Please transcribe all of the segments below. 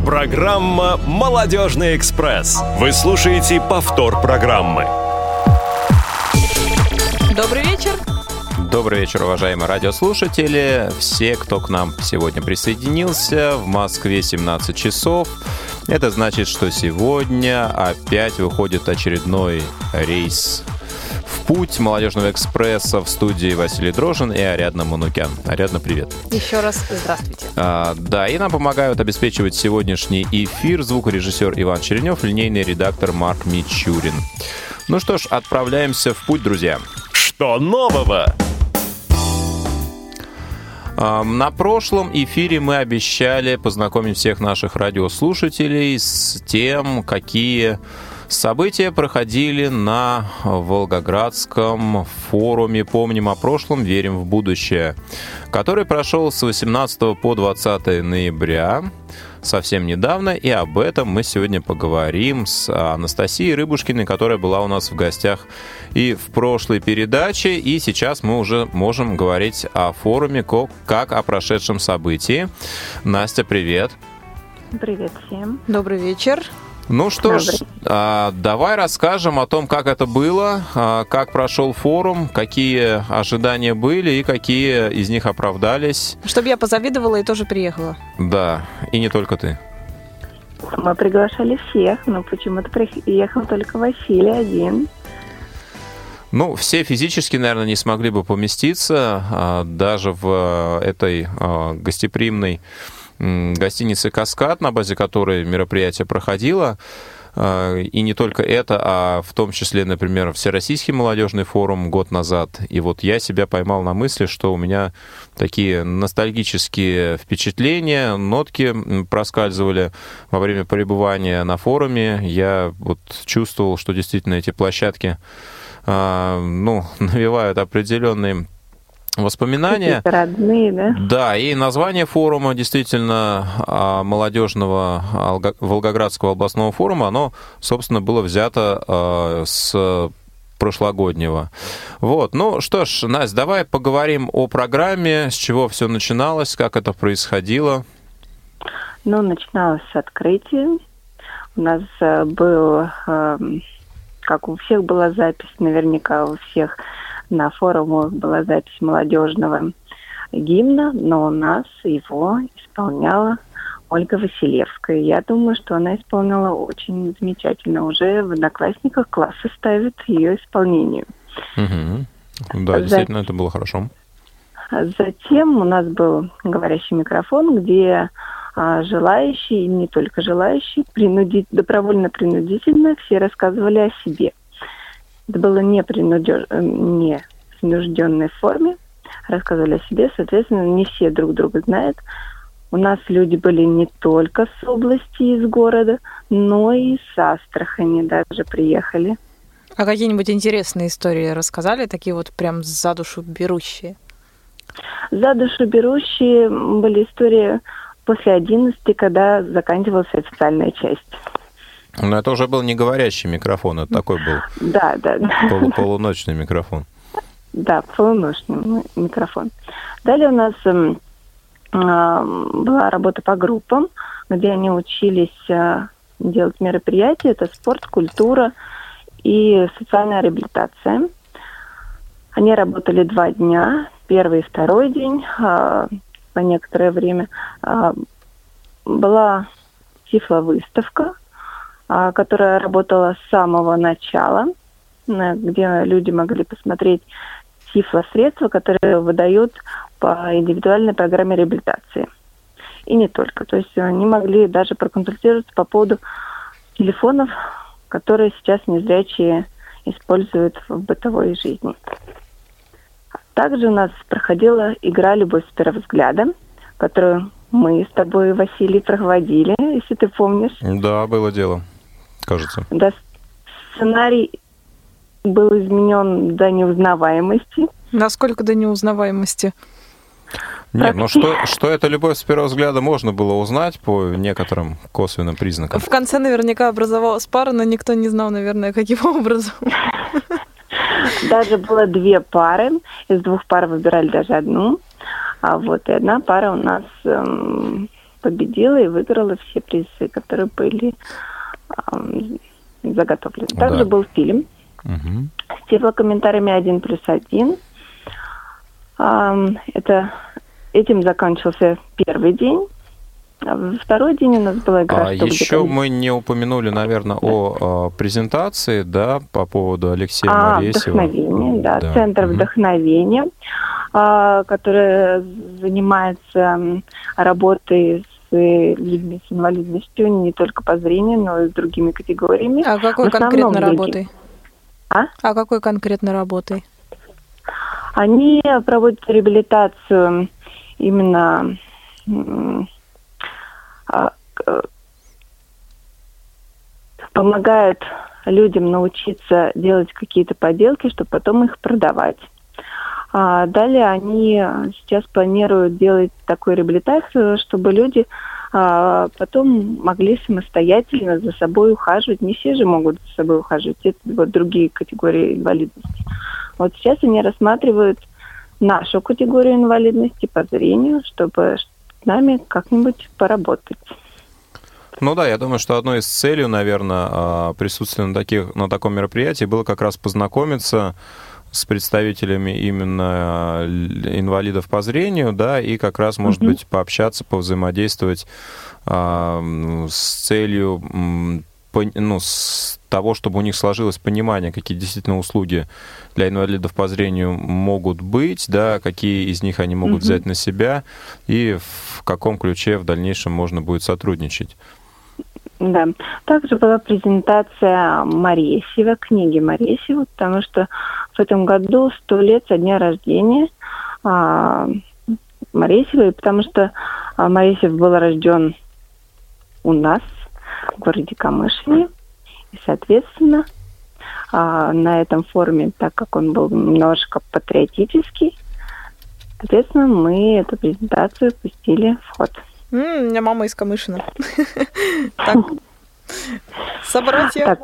Программа «Молодежный экспресс». Вы слушаете повтор программы. Добрый вечер. Добрый вечер, уважаемые радиослушатели. Все, кто к нам сегодня присоединился, в Москве 17 часов. Это значит, что сегодня опять выходит очередной рейс в путь «Молодежного экспресса». В студии Василий Дрожжин и Ариадна Манукян. Ариадна, привет. Еще раз здравствуйте. Да, и нам помогают обеспечивать сегодняшний эфир звукорежиссер Иван Черенев, линейный редактор Марк Мичурин. Ну что ж, отправляемся в путь, друзья. Что нового? На прошлом эфире мы обещали познакомить всех наших радиослушателей с тем, какие события проходили на Волгоградском форуме «Помним о прошлом, верим в будущее», который прошел с 18 по 20 ноября, совсем недавно, и об этом мы сегодня поговорим с Анастасией Рыбушкиной, которая была у нас в гостях и в прошлой передаче, и сейчас мы уже можем говорить о форуме как о прошедшем событии. Настя, привет. Привет всем. Добрый вечер. Ну что ж, давай расскажем о том, как это было, как прошел форум, какие ожидания были и какие из них оправдались. Чтобы я позавидовала и тоже приехала. Да, и не только ты. Мы приглашали всех, но почему-то приехал только Василий один. Ну, все физически, наверное, не смогли бы поместиться даже в этой гостеприимной гостиницы «Каскад», на базе которой мероприятие проходило. И не только это, а в том числе, например, Всероссийский молодежный форум год назад. И вот я себя поймал на мысли, что у меня такие ностальгические впечатления, нотки проскальзывали во время пребывания на форуме. Я вот чувствовал, что действительно эти площадки навевают определенные воспоминания. Какие-то родные, да? Да, и название форума, действительно, молодежного Волгоградского областного форума, оно, собственно, было взято с прошлогоднего. Вот, ну что ж, Настя, давай поговорим о программе, с чего все начиналось, как это происходило. Ну, начиналось с открытия. У нас был, как у всех была запись, наверняка у всех на форумах была запись молодежного гимна, но у нас его исполняла Ольга Василевская. Я думаю, что она исполнила очень замечательно. Уже в Одноклассниках классы ставят ее исполнению. Угу. Да, действительно, это было хорошо. Затем у нас был говорящий микрофон, где желающие, и не только желающие, добровольно-принудительно все рассказывали о себе. Это было не в принужденной форме, рассказывали о себе, соответственно, не все друг друга знают. У нас люди были не только с области, из города, но и с Астрахани даже приехали. А какие-нибудь интересные истории рассказали, такие вот прям за душу берущие? За душу берущие были истории после 11, когда заканчивалась официальная часть. Но это уже был не говорящий микрофон, это такой был да. полуночный микрофон. Да, полуночный микрофон. Далее у нас была работа по группам, где они учились делать мероприятия. Это спорт, культура и социальная реабилитация. Они работали 2 дня, первый и второй день. По некоторое время была тифловыставка, которая работала с самого начала, где люди могли посмотреть тифлосредства, которые выдают по индивидуальной программе реабилитации. И не только. То есть они могли даже проконсультироваться по поводу телефонов, которые сейчас незрячие используют в бытовой жизни. Также у нас проходила игра «Любовь с первого взгляда», которую мы с тобой, Василий, проводили, если ты помнишь. Да, было дело, кажется. Да, сценарий был изменен до неузнаваемости. Насколько до неузнаваемости? Нет, ну что это «Любовь с первого взгляда» можно было узнать по некоторым косвенным признакам. В конце наверняка образовалась пара, но никто не знал, наверное, каким образом. Даже было 2 пары. Из 2 пар выбирали даже одну. И одна пара у нас победила и выиграла все призы, которые были заготовлены. Также был фильм с тифлокомментариями 1+1. Этим закончился первый день. Второй день у нас была игра. Еще мы не упомянули, наверное, о презентации, да, по поводу Алексея Моресева. Вдохновение, да, Центр вдохновения, который занимается работой с людьми с инвалидностью не только по зрению, но и с другими категориями. А какой конкретно работой? А какой конкретно работой? Они проводят реабилитацию именно помогают людям научиться делать какие-то поделки, чтобы потом их продавать. Далее они сейчас планируют делать такую реабилитацию, чтобы люди потом могли самостоятельно за собой ухаживать. Не все же могут за собой ухаживать, это вот другие категории инвалидности. Вот сейчас они рассматривают нашу категорию инвалидности по зрению, чтобы с нами как-нибудь поработать. Ну да, я думаю, что одной из целей, наверное, присутствия на таком мероприятии было как раз познакомиться с представителями именно инвалидов по зрению, да, и как раз, может быть, пообщаться, повзаимодействовать с целью, с того, чтобы у них сложилось понимание, какие действительно услуги для инвалидов по зрению могут быть, да, какие из них они могут взять на себя, и в каком ключе в дальнейшем можно будет сотрудничать. Да. Также была презентация Моресева, книги Моресева, потому что в этом году 100 лет со дня рождения Моресева, и потому что Моресев был рожден у нас в городе Камышине, и, соответственно, на этом форуме, так как он был немножко патриотический, соответственно, мы эту презентацию пустили в ход. У меня мама из Камышина. Так, собратья.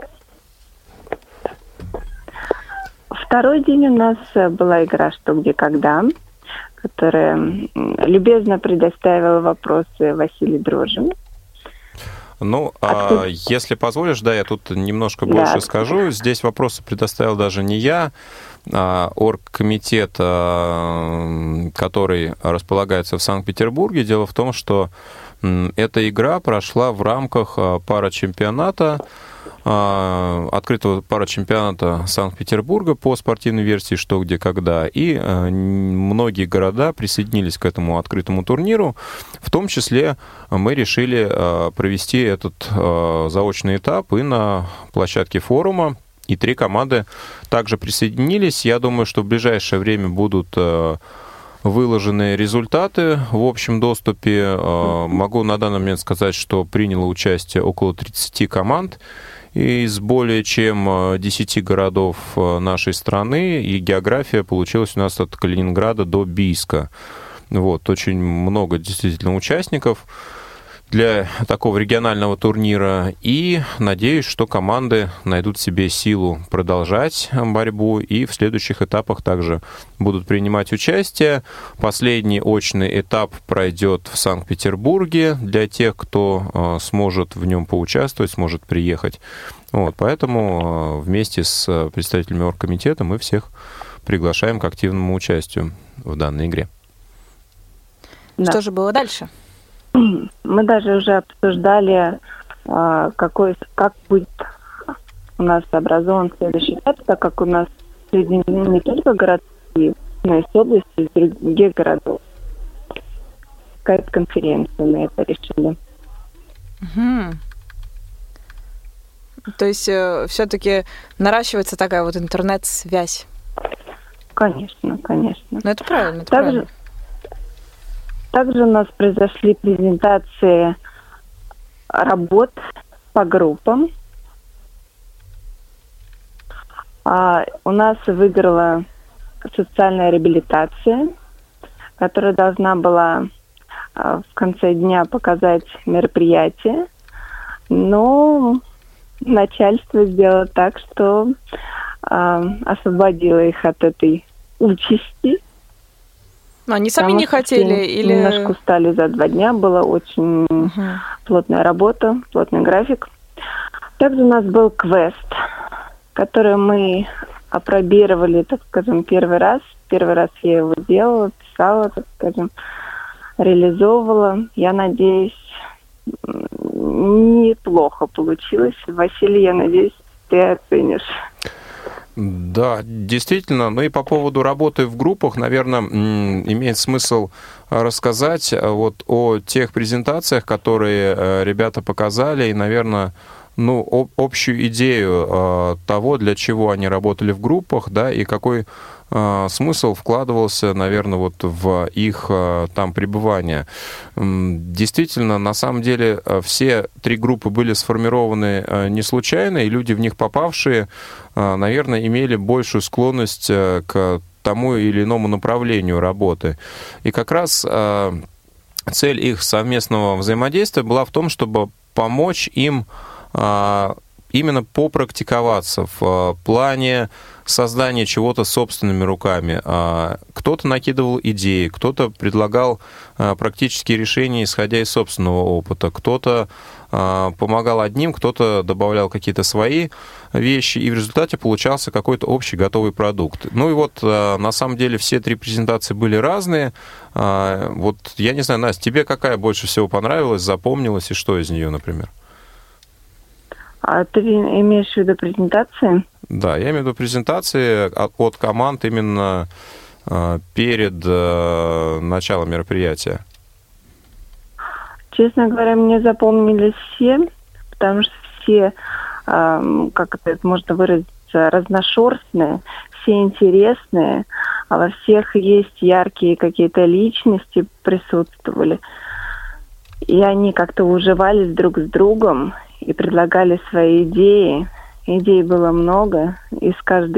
Второй день у нас была игра «Что, где, когда», которая любезно предоставила вопросы Василий Дрожжин. Ну, если позволишь, да, я тут немножко больше скажу. Здесь вопросы предоставил даже не я, а оргкомитет, который располагается в Санкт-Петербурге. Дело в том, что эта игра прошла в рамках парачемпионата, открытого парачемпионата Санкт-Петербурга по спортивной версии «Что, где, когда». И многие города присоединились к этому открытому турниру. В том числе мы решили провести этот заочный этап и на площадке форума. И 3 команды также присоединились. Я думаю, что в ближайшее время будут выложены результаты в общем доступе. Могу на данный момент сказать, что приняло участие около 30 команд из более чем 10 городов нашей страны, и география получилась у нас от Калининграда до Бийска. Вот, очень много действительно участников для такого регионального турнира, и надеюсь, что команды найдут в себе силу продолжать борьбу и в следующих этапах также будут принимать участие. Последний очный этап пройдет в Санкт-Петербурге для тех, кто сможет в нем поучаствовать, сможет приехать. Вот, поэтому вместе с представителями оргкомитета мы всех приглашаем к активному участию в данной игре. Да. Что же было дальше? Мы даже уже обсуждали, как будет у нас образован следующий этап, так как у нас соединены не только городские, но и с области, из других городов. Какая-то конференция на это решили. То есть все-таки наращивается такая вот интернет-связь? Конечно, конечно. Но это правильно, это правильно. Также у нас произошли презентации работ по группам. У нас выиграла социальная реабилитация, которая должна была в конце дня показать мероприятие. Но начальство сделало так, что освободило их от этой участи. Но они сами не хотели или... Немножко устали за 2 дня, была очень плотная работа, плотный график. Также у нас был квест, который мы апробировали, так скажем, первый раз. Первый раз я его делала, писала, так скажем, реализовывала. Я надеюсь, неплохо получилось. Василий, я надеюсь, ты оценишь. Да, действительно. Ну и по поводу работы в группах, наверное, имеет смысл рассказать вот о тех презентациях, которые ребята показали, и, наверное, общую идею того, для чего они работали в группах, да, и какой смысл вкладывался, наверное, вот в их там пребывание. Действительно, на самом деле, все 3 группы были сформированы не случайно, и люди, в них попавшие, наверное, имели большую склонность к тому или иному направлению работы. И как раз цель их совместного взаимодействия была в том, чтобы помочь им именно попрактиковаться в плане создания чего-то собственными руками. Кто-то накидывал идеи, кто-то предлагал практические решения, исходя из собственного опыта, кто-то помогал одним, кто-то добавлял какие-то свои вещи, и в результате получался какой-то общий готовый продукт. Ну и вот, на самом деле, все 3 презентации были разные. Вот, я не знаю, Настя, тебе какая больше всего понравилась, запомнилась, и что из нее, например? А ты имеешь в виду презентации? Да, я имею в виду презентации от команд именно перед началом мероприятия. Честно говоря, мне запомнились все, потому что все, как это можно выразиться, разношерстные, все интересные, а во всех есть яркие какие-то личности присутствовали. И они как-то уживались друг с другом и предлагали свои идеи. Идей было много, из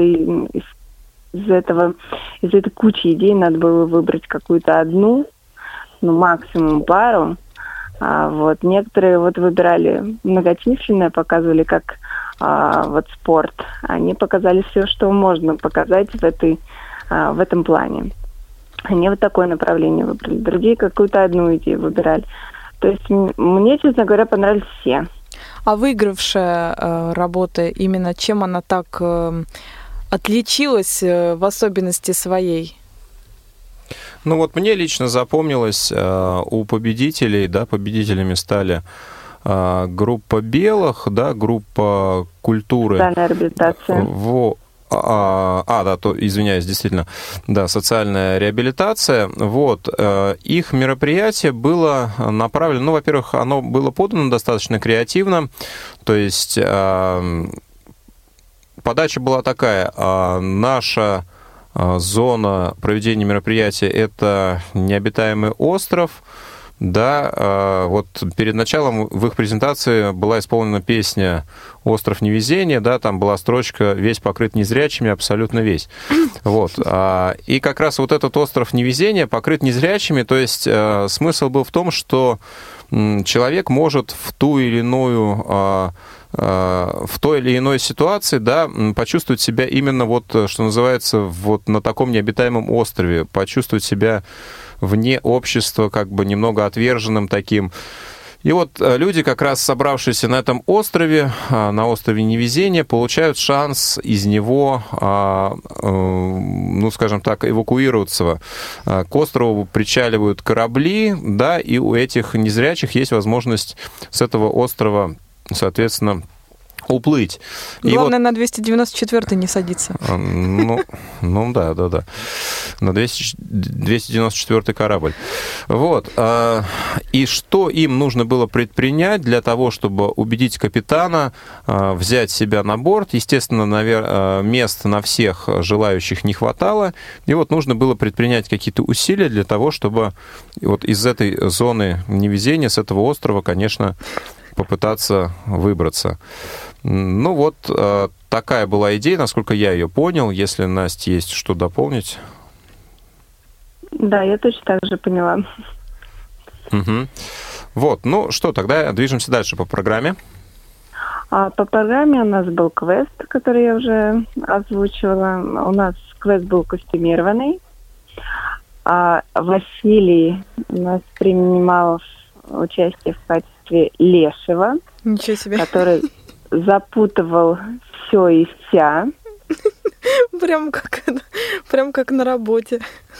этой кучи идей надо было выбрать какую-то одну, максимум пару. Вот некоторые выбирали многочисленное, показывали как спорт. Они показали все, что можно показать в этом плане. Они вот такое направление выбрали. Другие какую-то одну идею выбирали. То есть мне, честно говоря, понравились все. А выигравшая работа, именно чем она так отличилась в особенности своей? Ну вот мне лично запомнилось у победителей, да, победителями стали группа белых, да, группа культуры. Социальная реабилитация. Извиняюсь, действительно, да, социальная реабилитация. Вот, их мероприятие было направлено, во-первых, оно было подано достаточно креативно, то есть подача была такая: наша зона проведения мероприятия — это необитаемый остров. Да, вот перед началом в их презентации была исполнена песня «Остров невезения», да, там была строчка «Весь покрыт незрячими, абсолютно весь». Вот. И как раз вот этот остров невезения покрыт незрячими, то есть смысл был в том, что человек может в той или иной ситуации, да, почувствовать себя именно вот, что называется, вот на таком необитаемом острове, почувствовать себя вне общества, как бы немного отверженным таким. И вот люди, как раз собравшиеся на этом острове, на острове невезения, получают шанс из него, скажем так, эвакуироваться. К острову причаливают корабли, да, и у этих незрячих есть возможность с этого острова, соответственно, уплыть. Главное, на 294-й не садиться. Да. На 294-й корабль. Вот. И что им нужно было предпринять для того, чтобы убедить капитана взять себя на борт? Естественно, мест на всех желающих не хватало. И вот нужно было предпринять какие-то усилия для того, чтобы вот из этой зоны невезения, с этого острова, конечно, попытаться выбраться. Ну вот, такая была идея, насколько я ее понял. Если, Настя, есть что дополнить? Да, я точно так же поняла. Угу. Вот, ну что, тогда движемся дальше по программе. По программе у нас был квест, который я уже озвучивала. У нас квест был костюмированный. А Василий у нас принимал участие в качестве лешего, Ничего себе. который запутывал все и вся. Прям как на работе.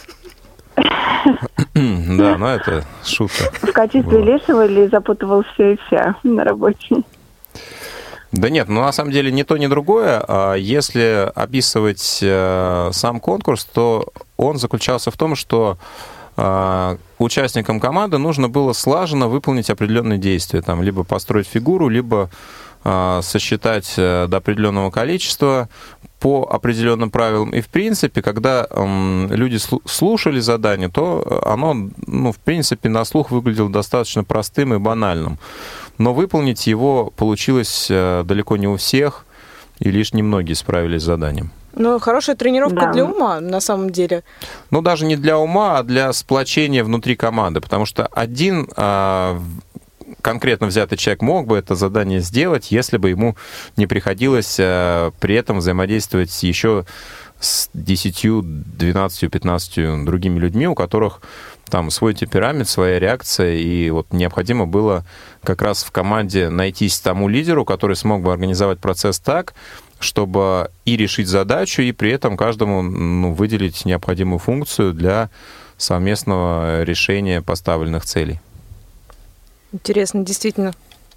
Да, но это шутка. В качестве лешего или запутывал все и вся на работе? Да нет, ну на самом деле ни то, ни другое. Если описывать сам конкурс, то он заключался в том, что участникам команды нужно было слаженно выполнить определенные действия. Там, либо построить фигуру, либо сосчитать до определенного количества по определенным правилам. И, в принципе, когда люди слушали задание, то оно, в принципе, на слух выглядело достаточно простым и банальным. Но выполнить его получилось далеко не у всех, и лишь немногие справились с заданием. Ну, хорошая тренировка для ума, на самом деле. Ну, даже не для ума, а для сплочения внутри команды, потому что один конкретно взятый человек мог бы это задание сделать, если бы ему не приходилось при этом взаимодействовать еще с 10, 12, 15 другими людьми, у которых там свой темперамент, своя реакция, и вот необходимо было как раз в команде найтись тому лидеру, который смог бы организовать процесс так, чтобы и решить задачу, и при этом каждому выделить необходимую функцию для совместного решения поставленных целей. Интересно, действительно.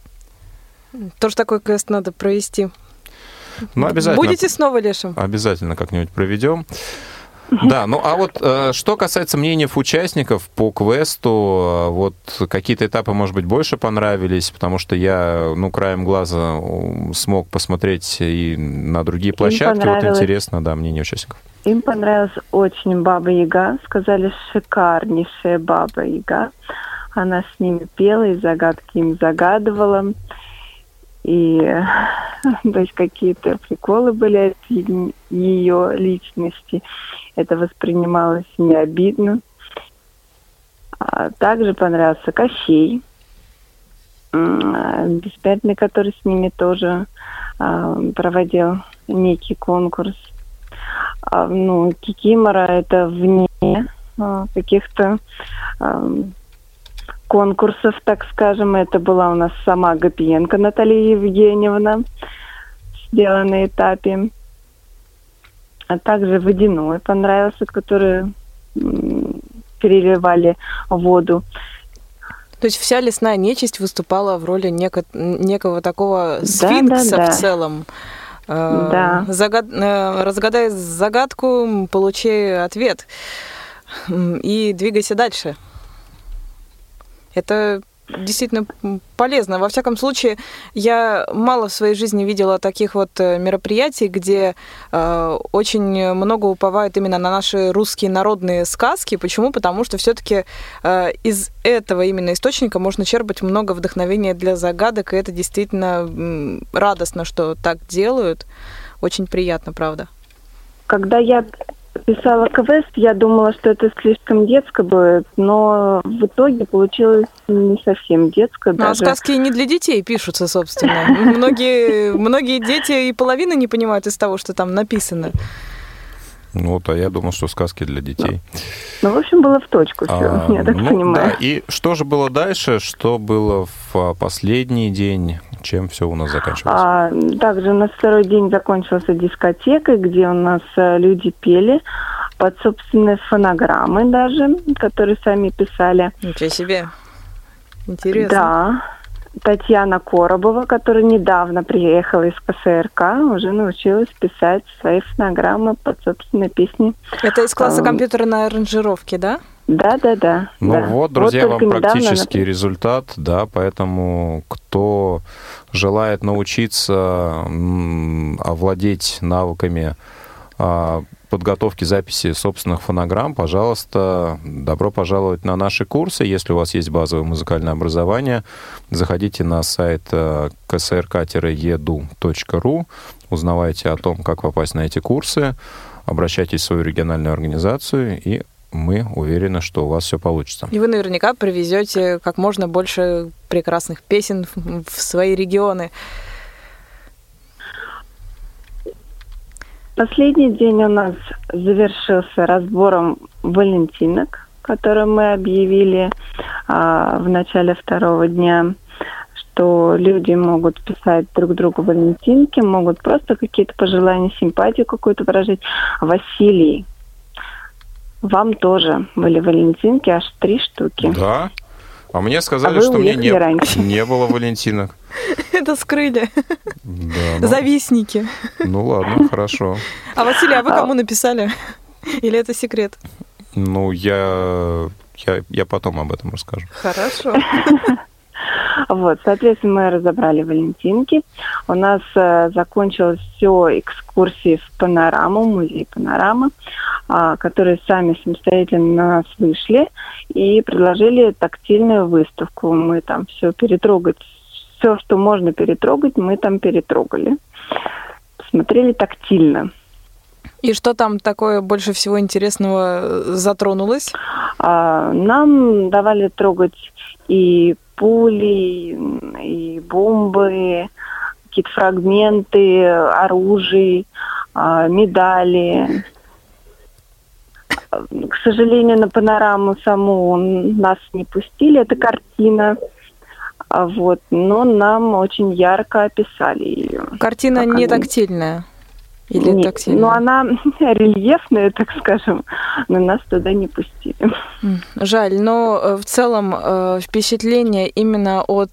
Тоже такой квест надо провести. Ну, обязательно. Будете снова лешим? Обязательно как-нибудь проведем. Да, ну а вот что касается мнений участников по квесту, вот какие-то этапы, может быть, больше понравились, потому что я, краем глаза смог посмотреть и на другие площадки. Вот интересно, да, мнение участников. Им понравилась очень Баба-Яга. Сказали, шикарнейшая Баба-Яга. Она с ними пела и загадки им загадывала. И то есть какие-то приколы были от ее личности. Это воспринималось не обидно. Также понравился Кощей, бессмертный, который с ними тоже проводил некий конкурс. Кикимора — это вне каких-то конкурсов, так скажем. Это была у нас сама Гапиенко Наталья Евгеньевна, сделана на этапе. А также Водяной понравился, который переливали воду. То есть вся лесная нечисть выступала в роли некого такого сфинкса в целом. Да. Разгадай загадку, получи ответ и двигайся дальше. Это действительно полезно. Во всяком случае, я мало в своей жизни видела таких вот мероприятий, где очень много уповают именно на наши русские народные сказки. Почему? Потому что все-таки из этого именно источника можно черпать много вдохновения для загадок, и это действительно радостно, что так делают. Очень приятно, правда. Когда я писала квест, я думала, что это слишком детско будет, но в итоге получилось не совсем детско. А сказки не для детей пишутся, собственно. Многие дети и половины не понимают из того, что там написано. А я думал, что сказки для детей. В общем, было в точку все, я так понимаю. Да. И что же было дальше? Что было в последний день? Чем все у нас заканчивалось? Также у нас второй день закончился дискотекой, где у нас люди пели под собственные фонограммы даже, которые сами писали. Ничего себе. Интересно. Да. Татьяна Коробова, которая недавно приехала из КСРК, уже научилась писать свои фонограммы под собственные песни. Это из класса компьютерной аранжировки, да? Да. Друзья, вам практический результат, да, поэтому кто желает научиться овладеть навыками подготовки записи собственных фонограмм, пожалуйста, добро пожаловать на наши курсы. Если у вас есть базовое музыкальное образование, заходите на сайт ksrk-edu.ru, узнавайте о том, как попасть на эти курсы, обращайтесь в свою региональную организацию, и мы уверены, что у вас все получится. И вы наверняка привезете как можно больше прекрасных песен в свои регионы. Последний день у нас завершился разбором валентинок. который мы объявили в начале второго дня, что люди могут писать друг другу валентинки, могут просто какие-то пожелания, симпатию какую-то выражать. Василий, вам тоже были валентинки, аж 3 штуки. Да? А мне сказали, что мне не было валентинок. Это скрыли. Да, завистники. Ну ладно, хорошо. А, Василий, а вы кому написали? Или это секрет? Ну, я потом об этом расскажу. Хорошо. Вот, соответственно, мы разобрали валентинки. У нас закончилось все экскурсии в панораму, музей панорамы, которые сами самостоятельно на нас вышли и предложили тактильную выставку. Мы там все перетрогать, все, что можно перетрогать, мы там перетрогали. Смотрели тактильно. И что там такое больше всего интересного затронулось? Нам давали трогать и пули, и бомбы, какие-то фрагменты оружий, медали. К сожалению, на панораму саму нас не пустили, это картина. Вот, но нам очень ярко описали ее. Картина не тактильная? Или нет, тактильная? Ну, она рельефная, так скажем, но нас туда не пустили. Жаль, но в целом впечатление именно от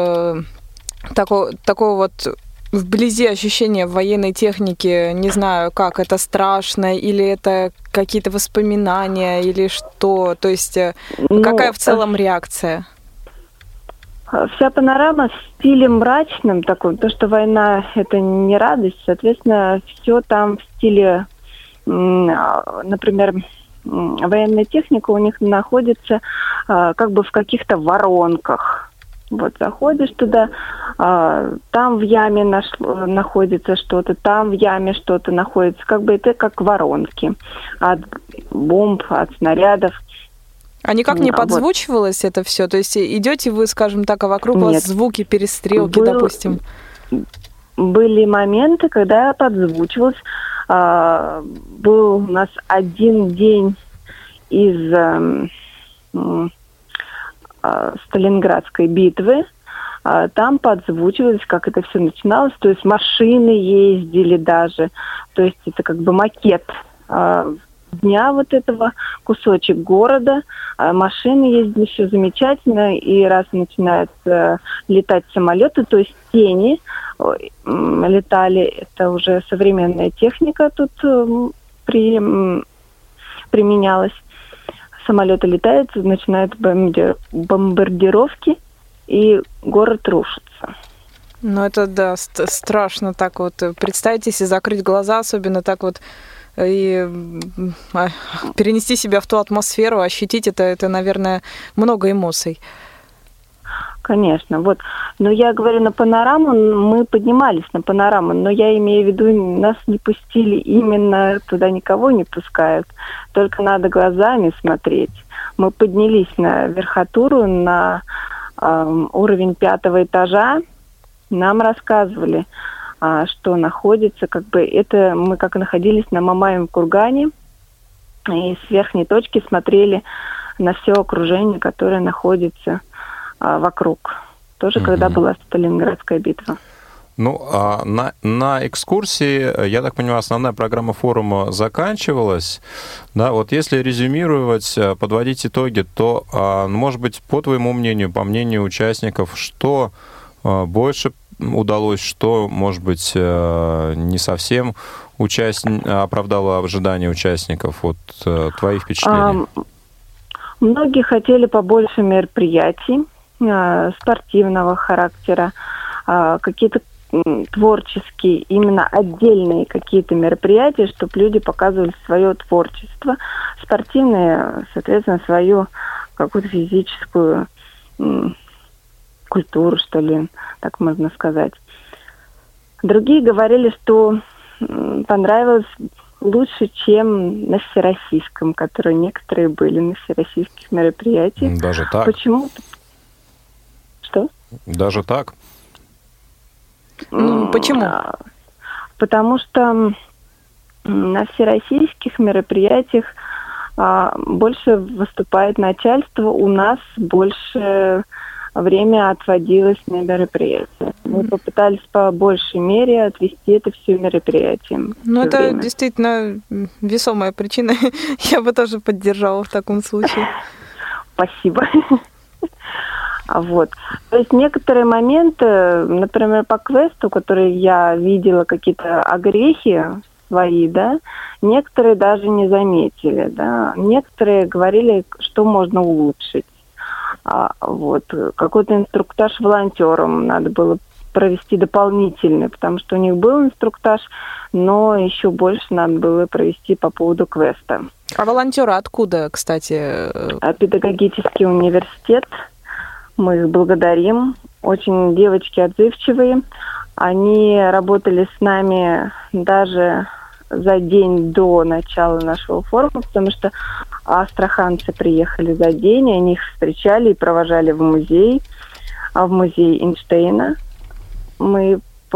такого вот вблизи ощущения военной техники, не знаю, как это страшно, или это какие-то воспоминания, или что, то есть какая в целом реакция? Вся панорама в стиле мрачном таком, то, что война – это не радость, соответственно, все там в стиле, например, военная техника у них находится как бы в каких-то воронках. Вот заходишь туда, там в яме находится что-то, там в яме что-то находится, как бы это как воронки от бомб, от снарядов. А никак не подзвучивалось это все? То есть идете вы, скажем так, а вокруг вас звуки перестрелки, допустим? Были моменты, когда подзвучивалось. Был у нас один день из Сталинградской битвы. Там подзвучивалось, как это все начиналось. То есть машины ездили даже. То есть это как бы макет дня вот этого, кусочек города, машины ездили, все замечательно, и раз начинают летать самолеты, то есть тени летали, это уже современная техника тут применялась. Самолеты летают, начинают бомбардировки, и город рушится. Ну это да, страшно так вот. Представьте, если закрыть глаза, особенно так вот, и перенести себя в ту атмосферу, ощутить это, наверное, много эмоций. Конечно, вот. Но я говорю, на панораму, мы поднимались на панораму, но я имею в виду, нас не пустили именно, туда никого не пускают, только надо глазами смотреть. Мы поднялись на верхотуру, на уровень 5-го этажа, нам рассказывали, что находится, как бы это мы как находились на Мамаевом кургане, и с верхней точки смотрели на все окружение, которое находится вокруг. Тоже когда была Сталинградская битва. Ну, а на экскурсии, я так понимаю, основная программа форума заканчивалась. Да, вот если резюмировать, подводить итоги, то, может быть, по твоему мнению, по мнению участников, что больше удалось, что, может быть, не совсем оправдало ожидания участников? Вот твои впечатления. Многие хотели побольше мероприятий спортивного характера, какие-то творческие, именно отдельные какие-то мероприятия, чтобы люди показывали свое творчество, спортивные, соответственно, свою какую-то физическую культуру, что ли, так можно сказать. Другие говорили, что понравилось лучше, чем на всероссийском, которые некоторые были на всероссийских мероприятиях. Даже так? Почему? Что? Даже так? Почему? Потому что на всероссийских мероприятиях больше выступает начальство, у нас больше время отводилось на мероприятие. Мы попытались по большей мере отвести это все мероприятием. Ну, это время. Действительно весомая причина. Я бы тоже поддержала в таком случае. Спасибо. Вот. То есть некоторые моменты, например, по квесту, которые я видела, какие-то огрехи свои, да, некоторые даже не заметили, да, некоторые говорили, что можно улучшить. Вот. Какой-то инструктаж волонтерам надо было провести дополнительный, потому что у них был инструктаж, но еще больше надо было провести по поводу квеста. А волонтеры откуда, кстати? Педагогический университет. Мы их благодарим. Очень девочки отзывчивые. Они работали с нами даже за день до начала нашего форума, потому что астраханцы приехали за день, они их встречали и провожали в музей, в музей Эйнштейна. Мы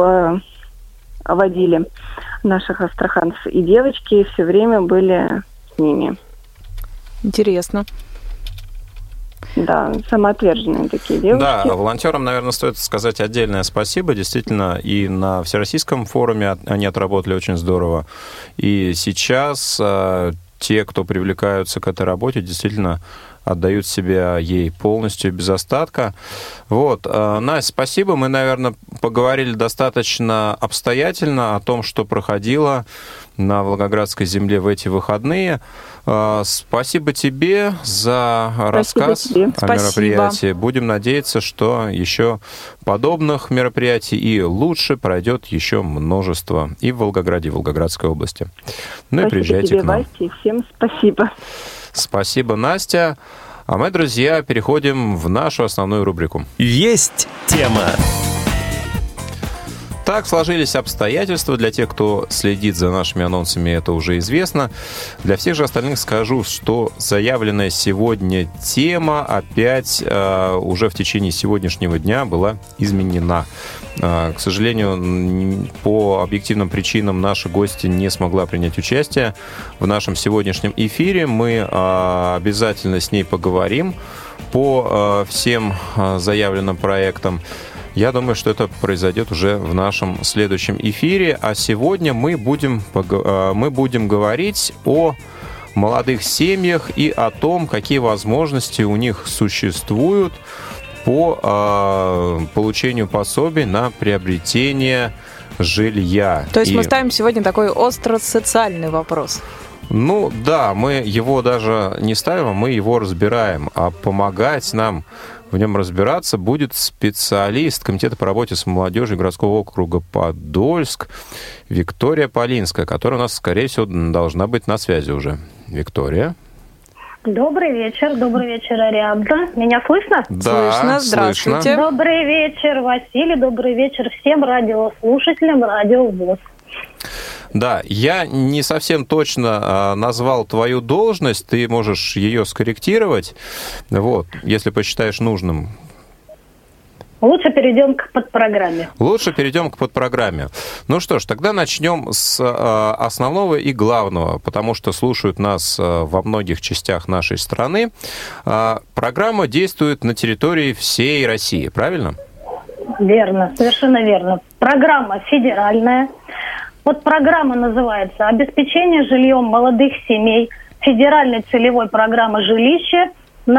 водили наших астраханцев, и девочки все время были с ними. Интересно. Да, самоотверженные такие девушки. Да, волонтерам, наверное, стоит сказать отдельное спасибо. Действительно, и на Всероссийском форуме они отработали очень здорово. И сейчас те, кто привлекаются к этой работе, действительно отдают себя ей полностью, без остатка. Вот. Настя, спасибо. Мы, наверное, поговорили достаточно обстоятельно о том, что проходило на Волгоградской земле в эти выходные. Спасибо тебе за рассказ о мероприятии. Будем надеяться, что еще подобных мероприятий и лучше пройдет еще множество и в Волгограде, и в Волгоградской области. Ну спасибо и приезжайте тебе, к нам. Вася, и всем спасибо. Спасибо, Настя. А мы, друзья, переходим в нашу основную рубрику. Есть тема. Так сложились обстоятельства. Для тех, кто следит за нашими анонсами, это уже известно. Для всех же остальных скажу, что заявленная сегодня тема опять уже в течение сегодняшнего дня была изменена. К сожалению, по объективным причинам наша гостья не смогла принять участие в нашем сегодняшнем эфире. Мы обязательно с ней поговорим по всем заявленным проектам. Я думаю, что это произойдет уже в нашем следующем эфире. А сегодня мы будем говорить о молодых семьях и о том, какие возможности у них существуют по получению пособий на приобретение жилья. То есть мы ставим сегодня такой остро социальный вопрос. Ну да, мы его даже не ставим, мы его разбираем. А помогать нам в нем разбираться будет специалист Комитета по работе с молодежью городского округа Подольск Виктория Полинская, которая у нас, скорее всего, должна быть на связи уже. Виктория. Добрый вечер, Ариадна. Меня слышно? Да, слышно. Здравствуйте. Слышно. Добрый вечер, Василий. Добрый вечер всем радиослушателям Радио ВОС. Да, я не совсем точно назвал твою должность, ты можешь ее скорректировать, вот, если посчитаешь нужным. Лучше перейдем к подпрограмме. Лучше перейдем к подпрограмме. Ну что ж, тогда начнем с основного и главного, потому что слушают нас во многих частях нашей страны. Программа действует на территории всей России, правильно? Верно, совершенно верно. Программа федеральная. Вот программа называется «Обеспечение жильем молодых семей федеральной целевой программы жилища на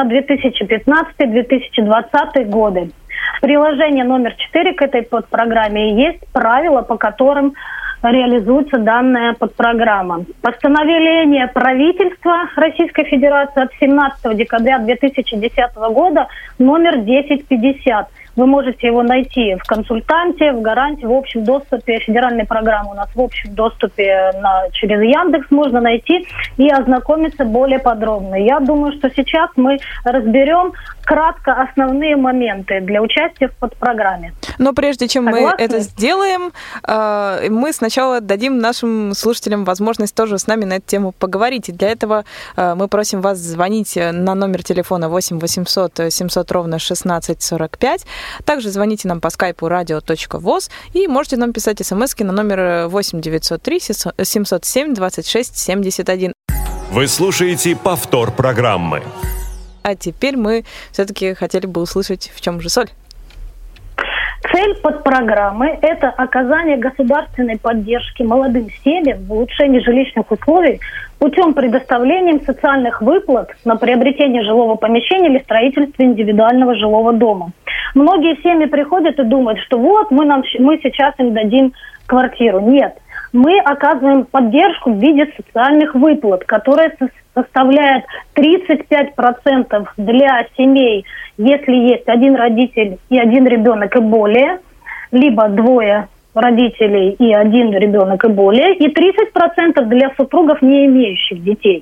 2015-2020 годы». Приложение номер 4 к этой подпрограмме есть правила, по которым реализуется данная подпрограмма. Постановление правительства Российской Федерации от 17 декабря 2010 года номер 1050. Вы можете его найти в консультанте, в гарантии, в общем доступе. Федеральная программа у нас в общем доступе через Яндекс можно найти и ознакомиться более подробно. Я думаю, что сейчас мы разберем кратко основные моменты для участия в подпрограмме. Но прежде чем Согласны? мы это сделаем, мы сначала дадим нашим слушателям возможность тоже с нами на эту тему поговорить. И для этого мы просим вас звонить на номер телефона 8 800 700 ровно 16 45. Также звоните нам по скайпу radio.voz и можете нам писать смски на номер 8 903 707 26 71. Вы слушаете повтор программы. А теперь мы все-таки хотели бы услышать, в чем же соль. Цель подпрограммы – это оказание государственной поддержки молодым семьям в улучшении жилищных условий путем предоставления социальных выплат на приобретение жилого помещения или строительство индивидуального жилого дома. Многие семьи приходят и думают, что вот мы сейчас им дадим квартиру. Нет, мы оказываем поддержку в виде социальных выплат, которые составляют 35% для семей, если есть один родитель и один ребенок и более, либо двое родителей и один ребенок и более, и 30% для супругов, не имеющих детей.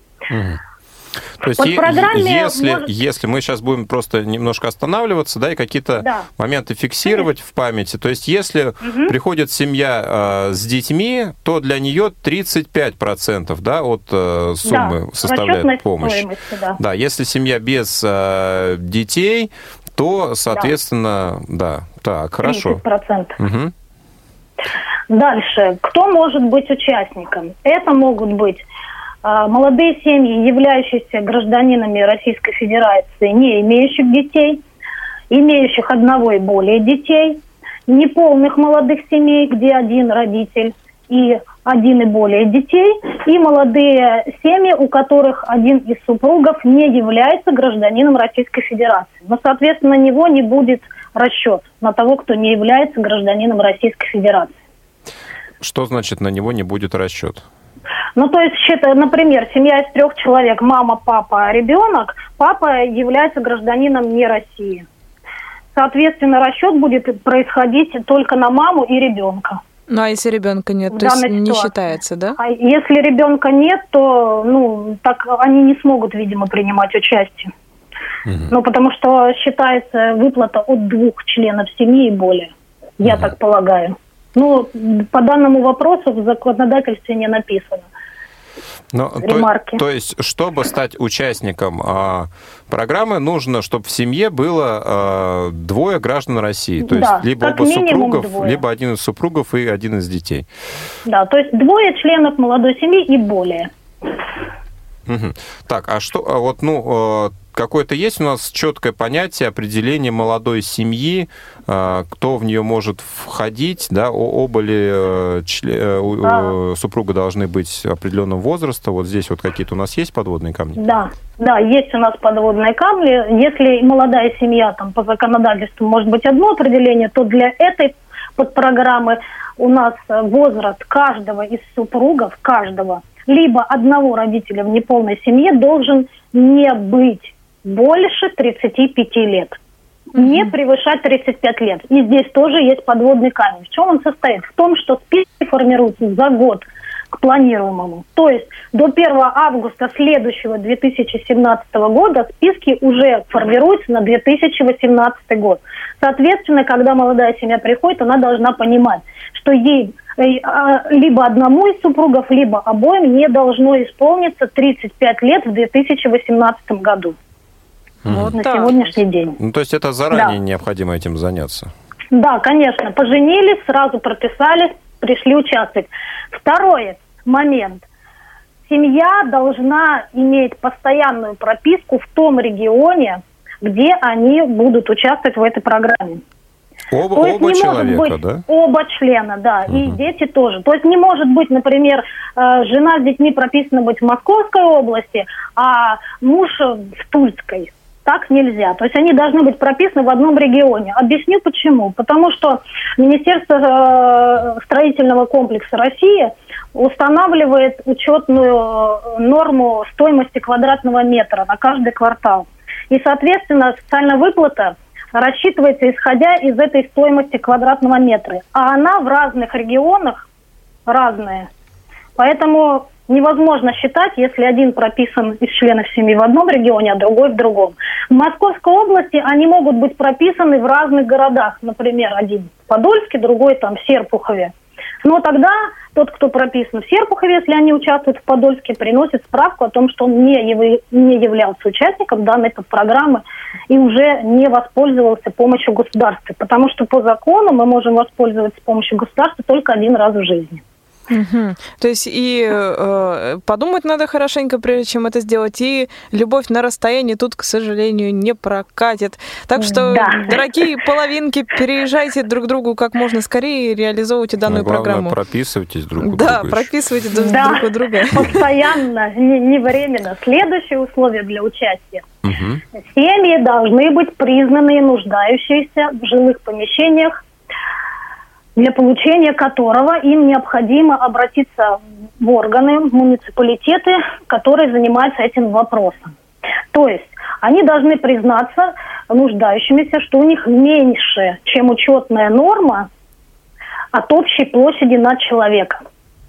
То есть, если мы сейчас будем просто немножко останавливаться, да, и какие-то моменты фиксировать в памяти, то есть, если приходит семья с детьми, то для нее 35%, да, от суммы составляет помощь. Да, если семья без детей, то, соответственно, так, хорошо. 30%. Дальше. Кто может быть участником? Это могут быть молодые семьи, являющиеся гражданинами Российской Федерации, не имеющих детей, имеющих одного и более детей, неполных молодых семей, где один родитель и один и более детей, и молодые семьи, у которых один из супругов не является гражданином Российской Федерации. Но, соответственно, на него не будет расчет на того, кто не является гражданином Российской Федерации. Что значит, на него не будет расчет? Ну, то есть, например, семья из 3 человек, мама, папа, ребенок, папа является гражданином не России. Соответственно, расчет будет происходить только на маму и ребенка. Ну, а если ребенка нет, то есть не считается, да? А если ребенка нет, то, так они не смогут, видимо, принимать участие. Ну, потому что считается выплата от 2 членов семьи и более, я так полагаю. Ну, по данному вопросу в законодательстве не написано. Ремарки. То есть, чтобы стать участником программы, нужно, чтобы в семье было 2 граждан России. То есть, либо оба супругов, 2. Либо один из супругов и один из детей. Да, то есть 2 членов молодой семьи и более. Так, а что, какое-то есть у нас четкое понятие определения молодой семьи, кто в нее может входить, да, оба ли супруга должны быть определенного возраста, вот здесь вот какие-то у нас есть подводные камни? Да, есть у нас подводные камни. Если молодая семья там по законодательству может быть одно определение, то для этой подпрограммы у нас возраст каждого из супругов, либо одного родителя в неполной семье должен не быть больше 35 лет. Не превышать 35 лет. И здесь тоже есть подводный камень. В чем он состоит? В том, что списки формируются за год к планируемому. То есть до 1 августа следующего 2017 года списки уже формируются на 2018 год. Соответственно, когда молодая семья приходит, она должна понимать, что ей либо одному из супругов, либо обоим не должно исполниться 35 лет в 2018 году. Вот на сегодняшний день. Ну, то есть это заранее необходимо этим заняться? Да, конечно. Поженились, сразу прописались, пришли участвовать. Второй момент. Семья должна иметь постоянную прописку в том регионе, где они будут участвовать в этой программе. Оба человека, да? Оба члена, да, и дети тоже. То есть не может быть, например, жена с детьми прописана быть в Московской области, а муж в Тульской. Так нельзя. То есть они должны быть прописаны в одном регионе. Объясню почему. Потому что Министерство строительного комплекса России устанавливает учетную норму стоимости квадратного метра на каждый квартал. И, соответственно, социальная выплата рассчитывается, исходя из этой стоимости квадратного метра. А она в разных регионах разная. Поэтому невозможно считать, если один прописан из членов семьи в одном регионе, а другой в другом. В Московской области они могут быть прописаны в разных городах. Например, один в Подольске, другой там в Серпухове. Но тогда тот, кто прописан в Серпухове, если они участвуют в Подольске, приносит справку о том, что он не являлся участником данной подпрограммы и уже не воспользовался помощью государства. Потому что по закону мы можем воспользоваться помощью государства только один раз в жизни. Угу. То есть и подумать надо хорошенько, прежде чем это сделать, и любовь на расстоянии тут, к сожалению, не прокатит. Так что, дорогие половинки, переезжайте друг к другу как можно скорее и реализовывайте данную программу. Прописывайтесь друг у друга. Да, прописывайте друг у друга. Постоянно, не временно. Следующее условие для участия. Семьи должны быть признаны нуждающиеся в жилых помещениях, для получения которого им необходимо обратиться в органы, муниципалитеты, которые занимаются этим вопросом. То есть они должны признаться нуждающимися, что у них меньше, чем учетная норма от общей площади на человека.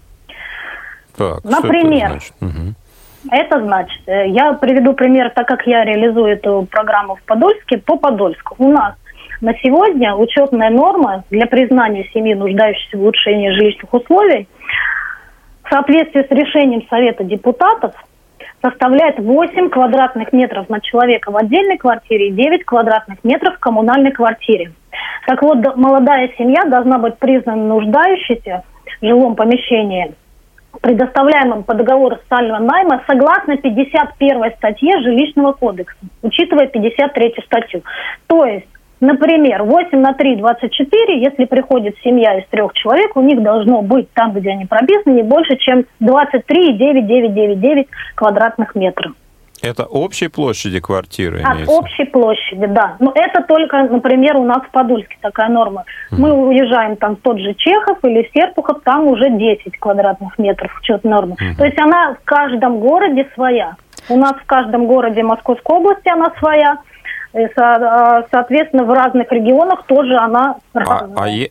Так, например, это значит, я приведу пример, так как я реализую эту программу в Подольске, по Подольску. У нас на сегодня учетная норма для признания семьи, нуждающейся в улучшении жилищных условий, в соответствии с решением Совета депутатов, составляет 8 квадратных метров на человека в отдельной квартире и 9 квадратных метров в коммунальной квартире. Так вот, молодая семья должна быть признана нуждающейся в жилом помещении, предоставляемым по договору социального найма, согласно 51 статье Жилищного кодекса, учитывая 53 статью. То есть, например, 8 на 3 – 24, если приходит семья из 3 человек, у них должно быть там, где они прописаны, не больше, чем 23,9999 квадратных метров. Это общей площади квартиры? От общей площади, да. Но это только, например, у нас в Подольске такая норма. Мы уезжаем там в тот же Чехов или Серпухов, там уже 10 квадратных метров учетной нормы. То есть она в каждом городе своя. У нас в каждом городе Московской области она своя. И, соответственно, в разных регионах тоже она разная.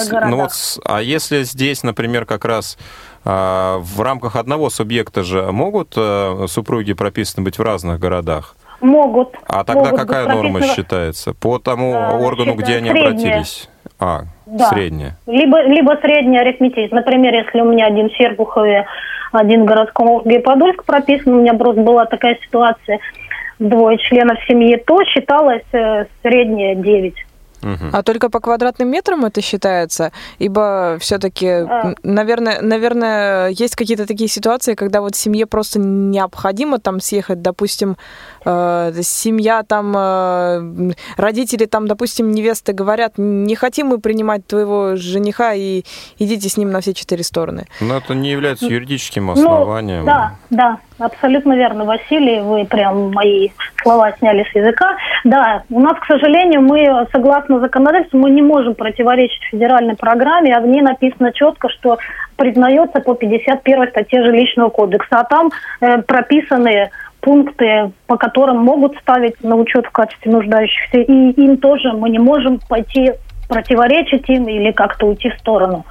А если здесь, например, как раз в рамках одного субъекта же могут супруги прописаны быть в разных городах? Могут. А тогда какая норма считается? По тому органу, где они обратились? Средняя. Либо средняя арифметическая. Например, если у меня один в Серпухове, один в городском округе Подольск прописан, у меня просто была такая ситуация, 2 членов семьи, то считалось средняя 9. А только по квадратным метрам это считается? Ибо все-таки, наверное, есть какие-то такие ситуации, когда вот семье просто необходимо там съехать, допустим, семья там, родители там, допустим, невесты говорят, не хотим мы принимать твоего жениха и идите с ним на все 4 стороны. Но это не является юридическим основанием. Да, абсолютно верно, Василий, вы прям мои слова сняли с языка. Да, у нас, к сожалению, мы, согласно законодательству, мы не можем противоречить федеральной программе, а в ней написано четко, что признается по 51 статье Жилищного кодекса, а там прописаны пункты, по которым могут ставить на учет в качестве нуждающихся, и им тоже мы не можем пойти противоречить им или как-то уйти в сторону.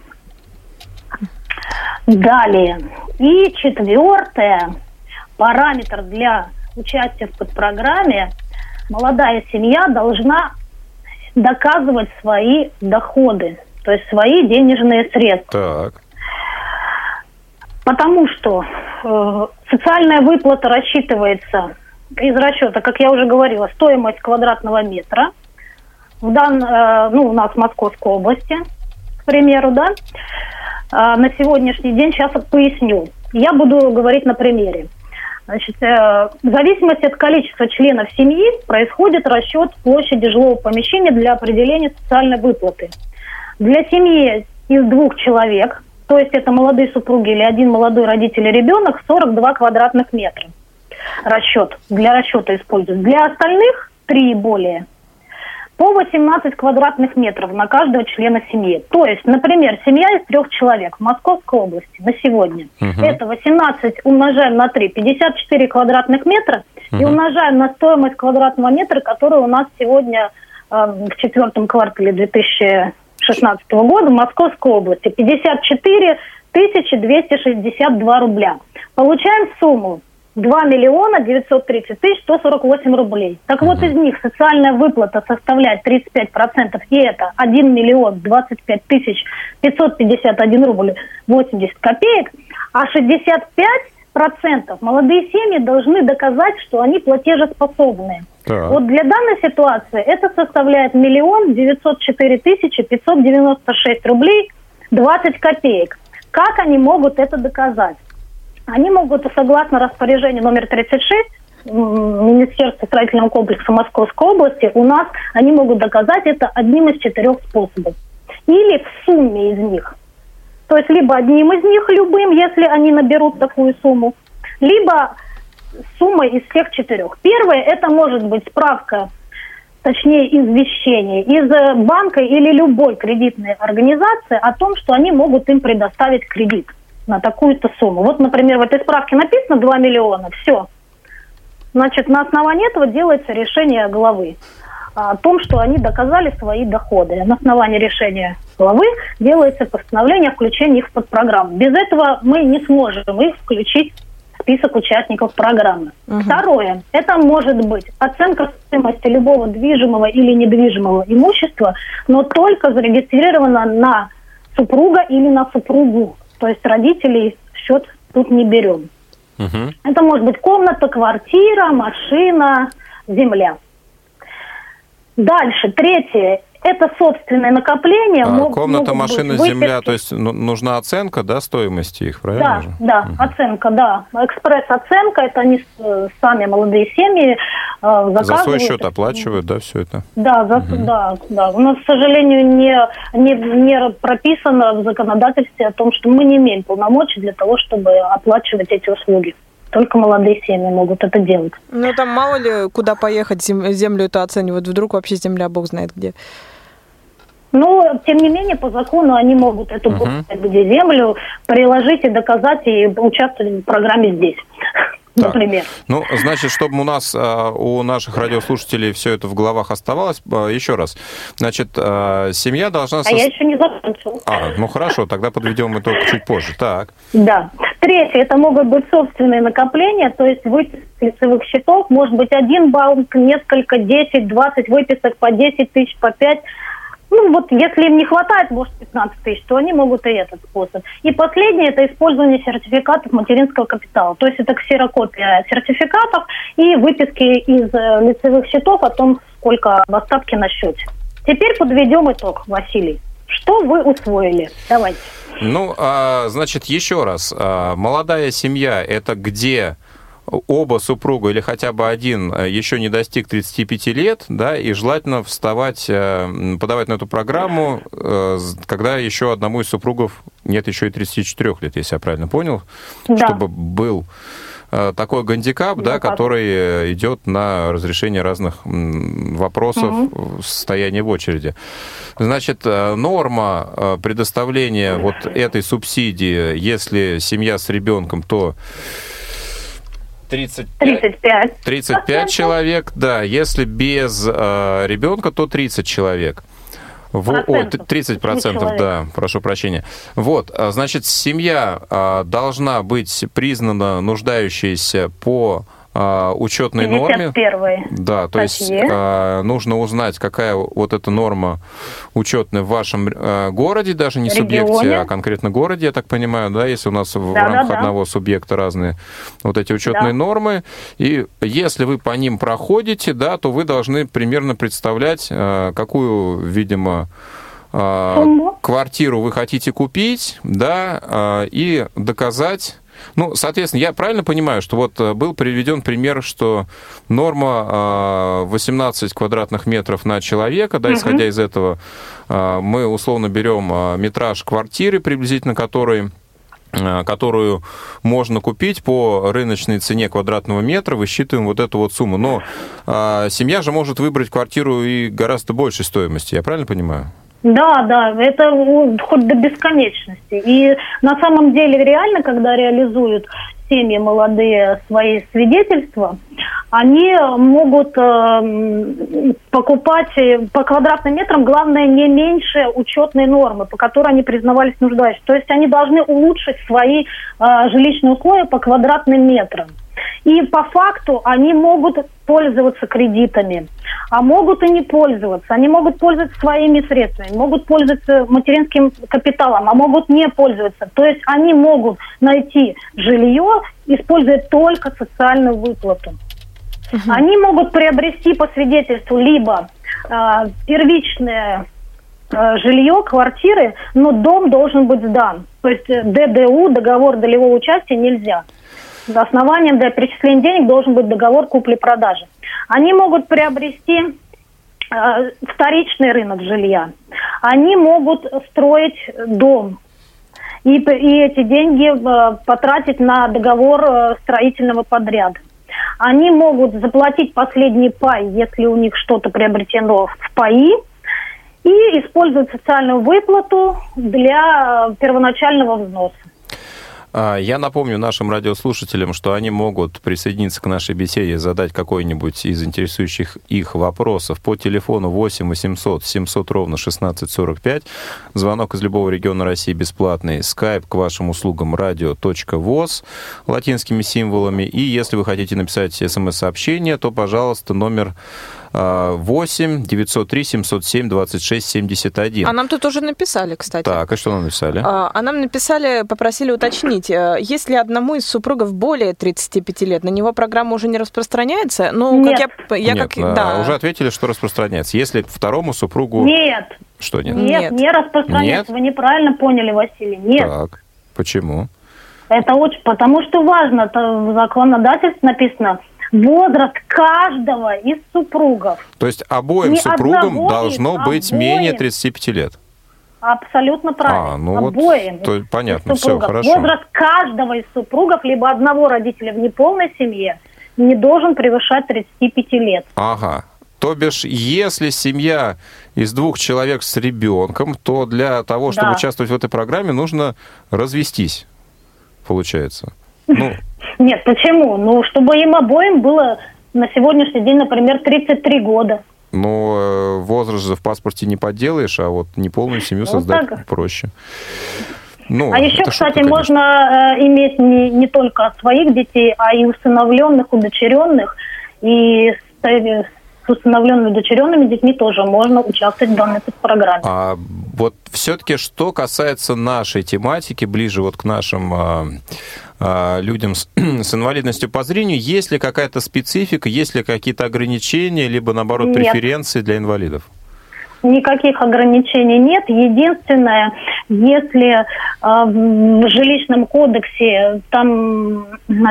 Далее. И 4. Параметр для участия в подпрограмме. Молодая семья должна доказывать свои доходы, то есть свои денежные средства. Так. Потому что социальная выплата рассчитывается из расчета, как я уже говорила, стоимость квадратного метра. У нас в Московской области, к примеру, да. На сегодняшний день, сейчас поясню. Я буду говорить на примере. Значит, в зависимости от количества членов семьи происходит расчет площади жилого помещения для определения социальной выплаты. Для семьи из 2 человек, то есть это молодые супруги или один молодой родитель и ребенок, 42 квадратных метра. Для расчета используют. Для остальных 3 и более по 18 квадратных метров на каждого члена семьи. То есть, например, семья из 3 человек в Московской области на сегодня. Это 18 умножаем на 3, 54 квадратных метра, и умножаем на стоимость квадратного метра, которая у нас сегодня в 4 квартале 2016 года в Московской области. 54 262 рубля. Получаем сумму 2 930 148 рублей. Так вот, из них социальная выплата составляет 35%, и это 1 025 551 рубль 80 копеек, а 65% молодые семьи должны доказать, что они платежеспособные. Так. Вот для данной ситуации это составляет 1 904 596 рублей 20 копеек. Как они могут это доказать? Они могут, согласно распоряжению номер 36 Министерства строительного комплекса Московской области, у нас они могут доказать это одним из 4 способов. Или в сумме из них. То есть либо одним из них, любым, если они наберут такую сумму, либо суммой из всех 4. Первое, это может быть справка, точнее извещение из банка или любой кредитной организации о том, что они могут им предоставить кредит на такую-то сумму. Вот, например, в этой справке написано 2 миллиона, все. Значит, на основании этого делается решение главы о том, что они доказали свои доходы. На основании решения главы делается постановление о включении их в подпрограмму. Без этого мы не сможем их включить в список участников программы. Второе. Это может быть оценка стоимости любого движимого или недвижимого имущества, но только зарегистрирована на супруга или на супругу. То есть родителей в счет тут не берем. Это может быть комната, квартира, машина, земля. Дальше, третье, это собственное накопление. Комната, машина, земля, то есть нужна оценка, да, стоимости их, правильно? Да, оценка, да. Экспресс-оценка, это они сами молодые семьи заказывают. За свой счет оплачивают, да, все это? Да, да. У нас, к сожалению, не прописано в законодательстве о том, что мы не имеем полномочий для того, чтобы оплачивать эти услуги. Только молодые семьи могут это делать. Ну, там мало ли, куда поехать, землю это оценивают. Вдруг вообще земля, бог знает где. Ну, тем не менее, по закону они могут эту где землю приложить и доказать, и участвовать в программе здесь. Так. Например. Ну, значит, чтобы у нас, у наших радиослушателей все это в головах оставалось, еще раз. Значит, семья должна... Я еще не закончила. Ну хорошо, тогда подведем итог чуть позже. Так. Да. Третье, это могут быть собственные накопления, то есть выписки лицевых счетов, может быть, один банк, несколько, 10, 20 выписок по 10 тысяч, по 5. Ну, вот если им не хватает, может, 15 тысяч, то они могут и этот способ. И последнее – это использование сертификатов материнского капитала. То есть это ксерокопия сертификатов и выписки из лицевых счетов о том, сколько в остатке на счете. Теперь подведем итог, Василий. Что вы усвоили? Давайте. Ну, значит, еще раз. Молодая семья – это где... оба супруга или хотя бы один еще не достиг 35 лет, да, и желательно подавать на эту программу, когда еще одному из супругов нет еще и 34 лет, если я правильно понял, да. Чтобы был такой гандикап, да, который идет на разрешение разных вопросов состояния в очереди. Значит, норма предоставления вот этой субсидии, если семья с ребенком, то 35 человек, да. Если без ребенка, то 30 человек. 30%, да, прошу прощения. Вот, значит, семья должна быть признана нуждающейся по учетной норме. Да, то есть нужно узнать, какая вот эта норма учетная в вашем городе, даже не субъекте, а конкретно городе, я так понимаю, да, если у нас в рамках одного субъекта разные вот эти учетные нормы. И если вы по ним проходите, да, то вы должны примерно представлять, какую, видимо, квартиру вы хотите купить, да, и доказать. Ну, соответственно, я правильно понимаю, что вот был приведен пример, что норма 18 квадратных метров на человека, да, исходя из этого, мы условно берем метраж квартиры, приблизительно которую можно купить по рыночной цене квадратного метра, высчитываем вот эту вот сумму. Но семья же может выбрать квартиру и гораздо большей стоимости, я правильно понимаю? Да, это хоть до бесконечности. И на самом деле реально, когда реализуют семьи молодые свои свидетельства, они могут покупать по квадратным метрам, главное, не меньше учетной нормы, по которой они признавались нуждающимися. То есть они должны улучшить свои жилищные условия по квадратным метрам. И по факту они могут пользоваться кредитами, а могут и не пользоваться. Они могут пользоваться своими средствами, могут пользоваться материнским капиталом, а могут не пользоваться. То есть они могут найти жилье, используя только социальную выплату. Они могут приобрести по свидетельству либо первичное жилье, квартиры, но дом должен быть сдан. То есть ДДУ, договор долевого участия, нельзя. Основанием для перечисления денег должен быть договор купли-продажи. Они могут приобрести вторичный рынок жилья. Они могут строить дом. И эти деньги потратить на договор строительного подряда. Они могут заплатить последний пай, если у них что-то приобретено в паи, и использовать социальную выплату для первоначального взноса. Я напомню нашим радиослушателям, что они могут присоединиться к нашей беседе, задать какой-нибудь из интересующих их вопросов по телефону 8 800 700 ровно 1645. Звонок из любого региона России бесплатный. Скайп к вашим услугам radio.voz латинскими символами. И если вы хотите написать смс-сообщение, то, пожалуйста, номер 8 903 707 26 71. А нам тут уже написали, кстати. Так, и что нам написали? А нам написали, попросили уточнить, если одному из супругов более 35 лет, на него программа уже не распространяется? Ну, Нет. Да. Уже ответили, что распространяется. Если второму супругу... Нет. Что нет? Нет, не распространяется. Нет? Вы неправильно поняли, Василий. Нет. Так, почему? Это очень... Потому что важно, это в законодательстве написано... Возраст каждого из супругов. То есть обоим Не супругам одного должно быть обоим. менее 35 лет? Абсолютно правильно. Обоим. Вот, понятно, все, хорошо. Возраст каждого из супругов, либо одного родителя в неполной семье, не должен превышать 35 лет. Ага. То бишь, если семья из 2 человек с ребенком, то для того, чтобы участвовать в этой программе, нужно развестись, получается. Нет, почему? Чтобы им обоим было на сегодняшний день, например, 33 года. Возраст же в паспорте не подделаешь, а вот неполную семью создать проще. А еще, кстати, можно иметь не только своих детей, а и усыновленных, удочеренных. И с усыновленными, удочеренными детьми тоже можно участвовать в данной программе. А вот все-таки, что касается нашей тематики, ближе вот к нашим людям с инвалидностью по зрению, есть ли какая-то специфика, есть ли какие-то ограничения, либо, наоборот, преференции для инвалидов? Никаких ограничений нет. Единственное, если в жилищном кодексе там,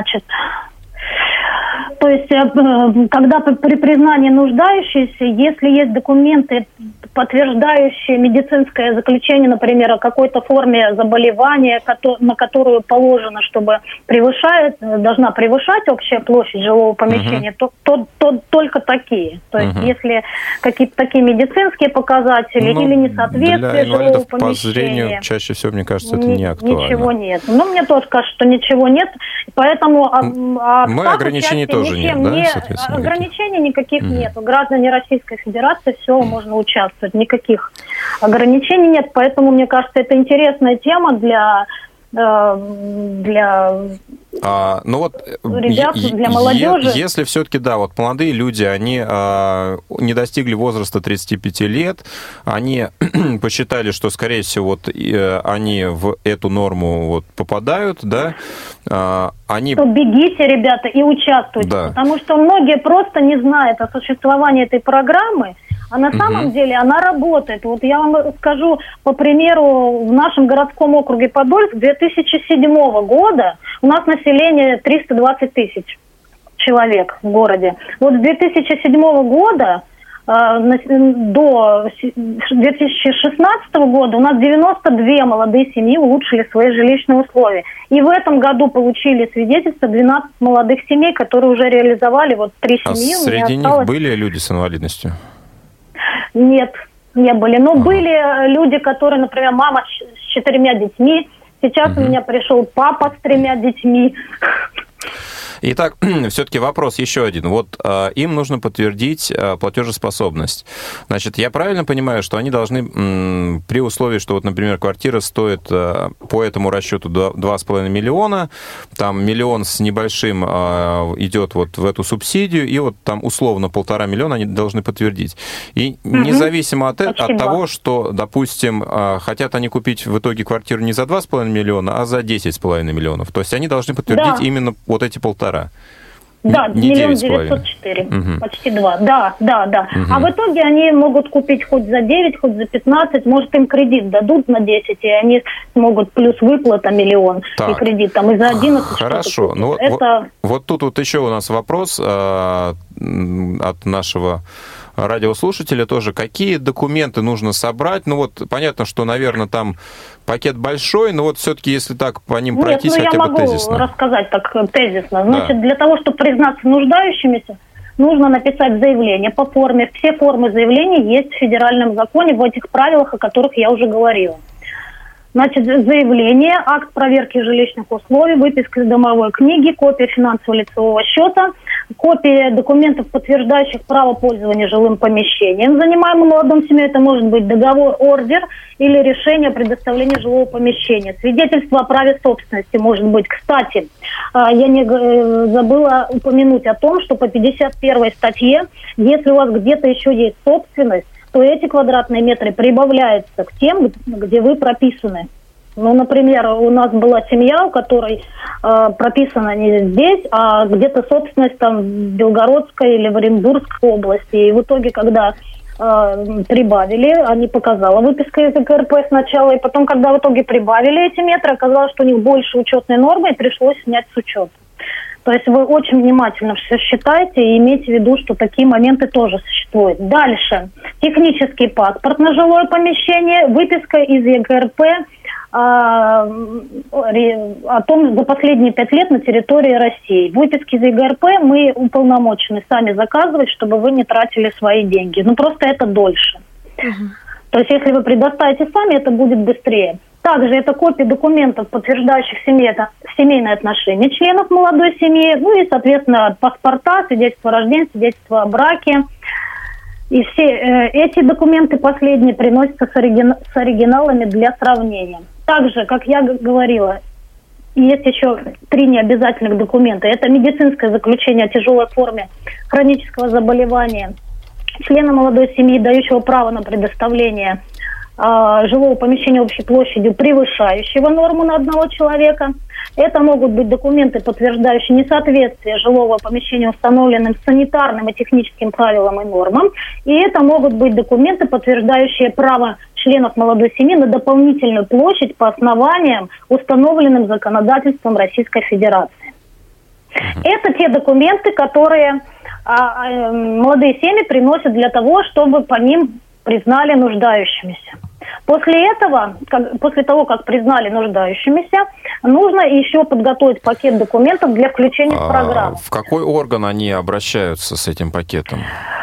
то есть, когда при признании нуждающейся, если есть документы, подтверждающие медицинское заключение, например, о какой-то форме заболевания, на которую положено, чтобы должна превышать общая площадь жилого помещения, то только такие. То есть, если какие-то такие медицинские показатели или несоответствие жилого помещения. По зрению чаще всего, мне кажется, это не актуально. Ничего нет. Мне тоже кажется, что ничего нет. Поэтому мы ограничений тоже нет, да, соответственно? Ограничений никаких нет. Граждане Российской Федерации все можно участвовать. Никаких ограничений нет. Поэтому, мне кажется, это интересная тема для ребят, для молодежи. Если все-таки, молодые люди, они не достигли возраста 35 лет, они посчитали, что, скорее всего, они в эту норму попадают, да, они... То бегите, ребята, и участвуйте, потому что многие просто не знают о существовании этой программы, а на самом деле она работает. Вот я вам скажу, по примеру, в нашем городском округе Подольск 2007 года у нас население 320 тысяч человек в городе. Вот с 2007 года до 2016 года у нас 92 молодые семьи улучшили свои жилищные условия. И в этом году получили свидетельство 12 молодых семей, которые уже реализовали 3 семьи. Среди них были люди с инвалидностью? Нет, не были. Но были люди, которые, например, мама с 4 детьми. Сейчас у меня пришел папа с 3 детьми. Итак, все-таки вопрос еще один. Им нужно подтвердить платежеспособность. Значит, я правильно понимаю, что они должны, при условии, что, например, квартира стоит по этому расчету 2,5 миллиона, там 1 миллион с небольшим идет в эту субсидию, и там условно 1,5 миллиона они должны подтвердить. И независимо от того, что, допустим, хотят они купить в итоге квартиру не за 2,5 миллиона, а за 10,5 миллионов. То есть они должны подтвердить именно эти 1,5. Да, не 1 904 000, почти 2. Да. А в итоге они могут купить хоть за 9, хоть за 15, может им кредит дадут на 10, и они смогут плюс выплата 1 миллион и кредит там и за 11. Хорошо, ну это... вот тут вот еще у нас вопрос от нашего радиослушателя тоже. Какие документы нужно собрать? Ну вот понятно, что, наверное, там пакет большой, но вот все-таки, если так по ним пройтись хотя бы тезисно. Я могу рассказать так тезисно. Значит, для того, чтобы признаться нуждающимися, нужно написать заявление по форме. Все формы заявления есть в федеральном законе, в этих правилах, о которых я уже говорила. Значит, заявление, акт проверки жилищных условий, выписка из домовой книги, копия финансово-лицевого счета, копия документов, подтверждающих право пользования жилым помещением, занимаемым молодым семьей. Это может быть договор, ордер или решение о предоставлении жилого помещения. Свидетельство о праве собственности может быть. Кстати, я не забыла упомянуть о том, что по 51 статье, если у вас где-то еще есть собственность, то эти квадратные метры прибавляются к тем, где вы прописаны. Ну, например, у нас была семья, у которой прописана не здесь, а где-то собственность там в Белгородской или в Оренбургской области. И в итоге, когда прибавили, они показала выписка из ЕГРП сначала, и потом, когда в итоге прибавили эти метры, оказалось, что у них больше учетной нормы, и пришлось снять с учета. То есть вы очень внимательно все считаете и имейте в виду, что такие моменты тоже существуют. Дальше. Технический паспорт на жилое помещение, выписка из ЕГРП о том, за последние 5 лет на территории России. Выписки из ЕГРП мы уполномочены сами заказывать, чтобы вы не тратили свои деньги. Ну, просто это дольше. То есть, если вы предоставите сами, это будет быстрее. Также это копии документов, подтверждающих семейные отношения членов молодой семьи, ну и, соответственно, паспорта, свидетельство о рождении, свидетельство о браке. И все эти документы последние приносятся с оригиналами для сравнения. Также, как я говорила, есть еще 3 необязательных документа. Это медицинское заключение о тяжелой форме хронического заболевания члена молодой семьи, дающего право на предоставление жилого помещения общей площадью, превышающего норму на одного человека. Это могут быть документы, подтверждающие несоответствие жилого помещения установленным санитарным и техническим правилам и нормам. И это могут быть документы, подтверждающие право членов молодой семьи на дополнительную площадь по основаниям, установленным законодательством Российской Федерации. Это те документы, которые молодые семьи приносят для того, чтобы по ним признали нуждающимися. После этого, после того, как признали нуждающимися, нужно еще подготовить пакет документов для включения в программу. В какой орган они обращаются с этим пакетом?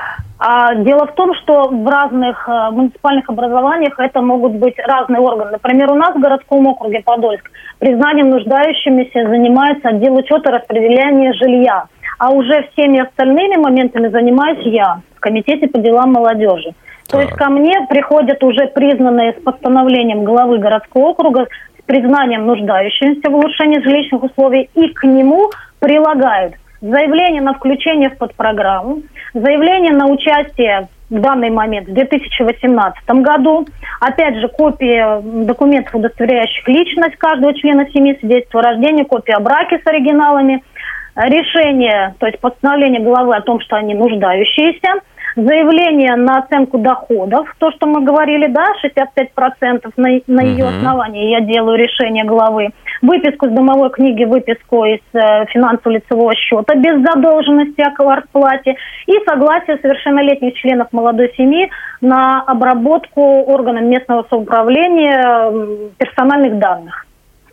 Дело в том, что в разных муниципальных образованиях это могут быть разные органы. Например, у нас в городском округе Подольск признанием нуждающимися занимается отдел учета распределения жилья. А уже всеми остальными моментами занимаюсь я в комитете по делам молодежи. То есть ко мне приходят уже признанные с постановлением главы городского округа с признанием нуждающимся в улучшении жилищных условий, и к нему прилагают заявление на включение в подпрограмму, заявление на участие в данный момент в 2018 году, опять же копии документов, удостоверяющих личность каждого члена семьи, свидетельство о рождении, копия о браке с оригиналами, решение, то есть постановление главы о том, что они нуждающиеся, заявление на оценку доходов, то, что мы говорили, да, 65% на ее основании я делаю решение главы, выписку из домовой книги, выписку из финансово-лицевого счета без задолженности о квартплате и согласие совершеннолетних членов молодой семьи на обработку органами местного самоуправления персональных данных.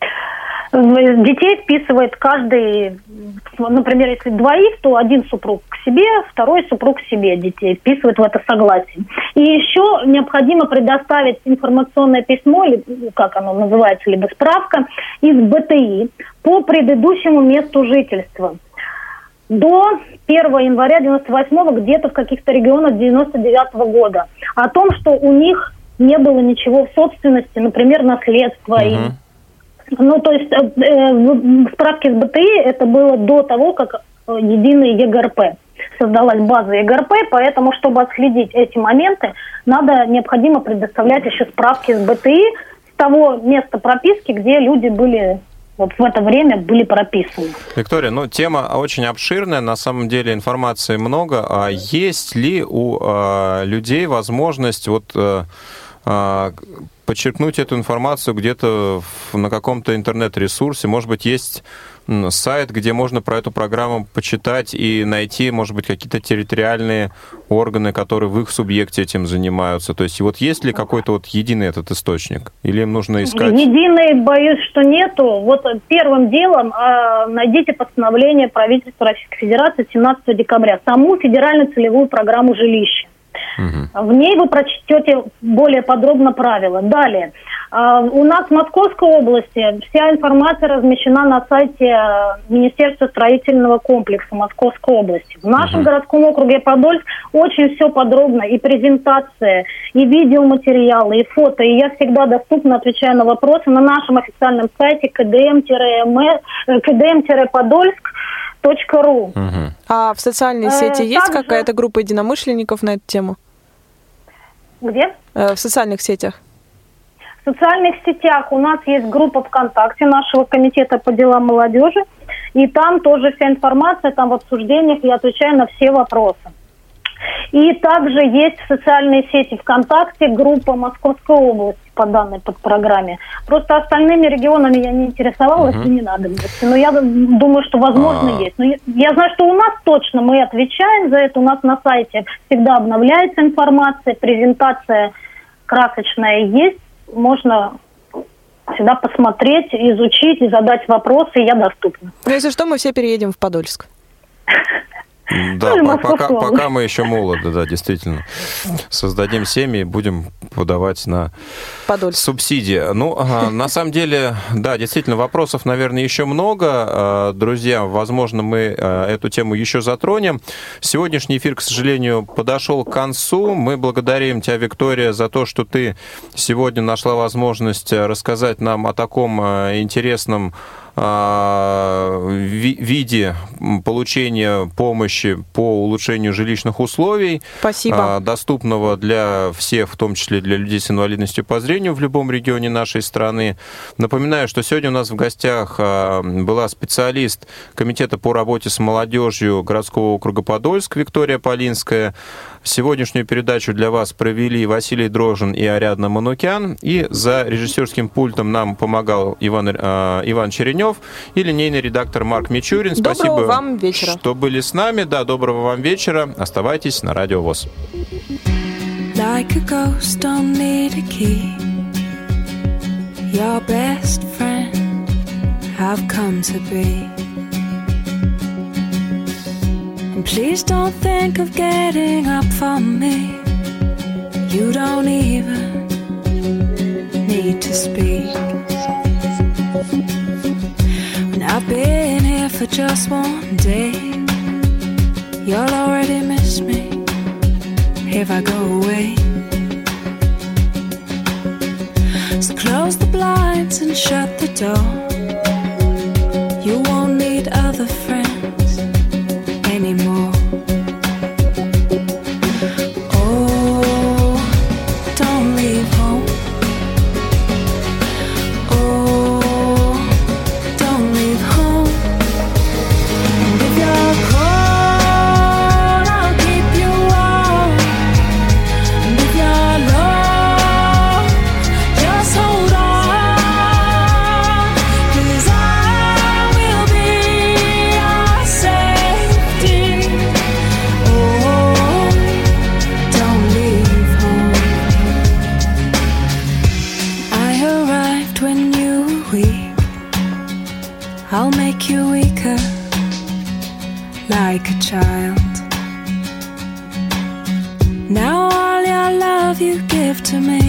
Детей вписывает каждый, например, если двоих, то один супруг к себе, второй супруг к себе детей вписывает в это согласие. И еще необходимо предоставить информационное письмо, или как оно называется, либо справка из БТИ по предыдущему месту жительства. До 1 января 98-го, где-то в каких-то регионах 99-го года. О том, что у них не было ничего в собственности, например, наследства и... Ну, то есть справки с БТИ это было до того, как единый ЕГРП. Создалась база ЕГРП, поэтому, чтобы отследить эти моменты, необходимо предоставлять еще справки с БТИ с того места прописки, где люди были вот в это время были прописаны. Виктория, тема очень обширная, на самом деле информации много. А есть ли у людей возможность подчеркнуть эту информацию где-то на каком-то интернет-ресурсе? Может быть, есть сайт, где можно про эту программу почитать и найти, может быть, какие-то территориальные органы, которые в их субъекте этим занимаются? То есть есть ли какой-то единый этот источник? Или им нужно искать? Единый, боюсь, что нету. Первым делом найдите постановление правительства Российской Федерации 17 декабря, саму федеральную целевую программу жилища. В ней вы прочтете более подробно правила. Далее. У нас в Московской области вся информация размещена на сайте Министерства строительного комплекса Московской области. В нашем городском округе Подольск очень все подробно. И презентация, и видеоматериалы, и фото. И я всегда доступно отвечаю на вопросы на нашем официальном сайте kdm-podolsk.ru. А в социальной сети есть какая-то группа единомышленников на эту тему? Где? В социальных сетях. В социальных сетях у нас есть группа ВКонтакте нашего комитета по делам молодежи. И там тоже вся информация, там в обсуждениях я отвечаю на все вопросы. И также есть в социальной сети ВКонтакте группа Московской области по данной подпрограмме. Просто остальными регионами я не интересовалась и не надо. Но я думаю, что возможно есть. Но я знаю, что у нас точно мы отвечаем за это. У нас на сайте всегда обновляется информация, презентация красочная есть. Можно всегда посмотреть, изучить и задать вопросы, и я доступна. Если что, мы все переедем в Подольск. Да, пока мы еще молоды, да, действительно. Создадим семьи, будем подавать на субсидии. На самом деле, да, действительно, вопросов, наверное, еще много. Друзья, возможно, мы эту тему еще затронем. Сегодняшний эфир, к сожалению, подошел к концу. Мы благодарим тебя, Виктория, за то, что ты сегодня нашла возможность рассказать нам о таком интересном виде получения помощи по улучшению жилищных условий. Спасибо. Доступного для всех, в том числе для людей с инвалидностью по зрению в любом регионе нашей страны. Напоминаю, что сегодня у нас в гостях была специалист Комитета по работе с молодежью городского округа Подольск Виктория Полинская. Сегодняшнюю передачу для вас провели Василий Дрожжин и Ариадна Манукян. И за режиссерским пультом нам помогал Иван Черенев и линейный редактор Марк Мичурин. Спасибо, доброго вам вечера, что были с нами. Да, доброго вам вечера. Оставайтесь на Радио ВОС. Like a ghost, don't need a key. Your best friend I've come to be. And please don't think of getting up for me. You don't even need to speak. When I've been here for just one day, you'll already miss me if I go away. So close the blinds and shut the door. You won't need other friends anymore. Oh, don't leave home. Oh, don't leave home. And if you're cold, I'll keep you warm. And if you're low, just hold on. 'Cause I will be your safety. Oh, don't leave home. I arrived when you were weak. I'll make you weaker, like a child. Now all your love you give to me,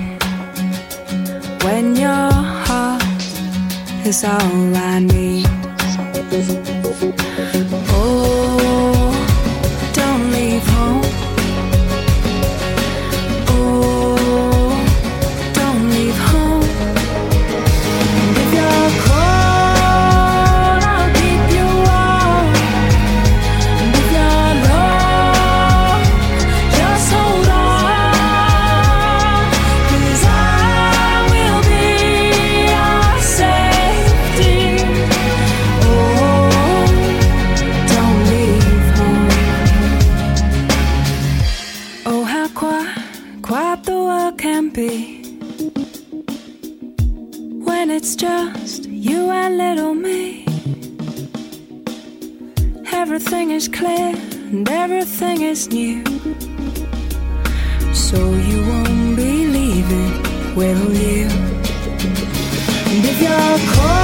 when your heart is all I need. Oh, don't leave home. Oh, don't leave home. And if you're cold, I'll keep you warm. And if you're low, just hold on. 'Cause I will be your safety. when it's just you and little me. Everything is clear and everything is new. So you won't be leaving, will you? And if you're cold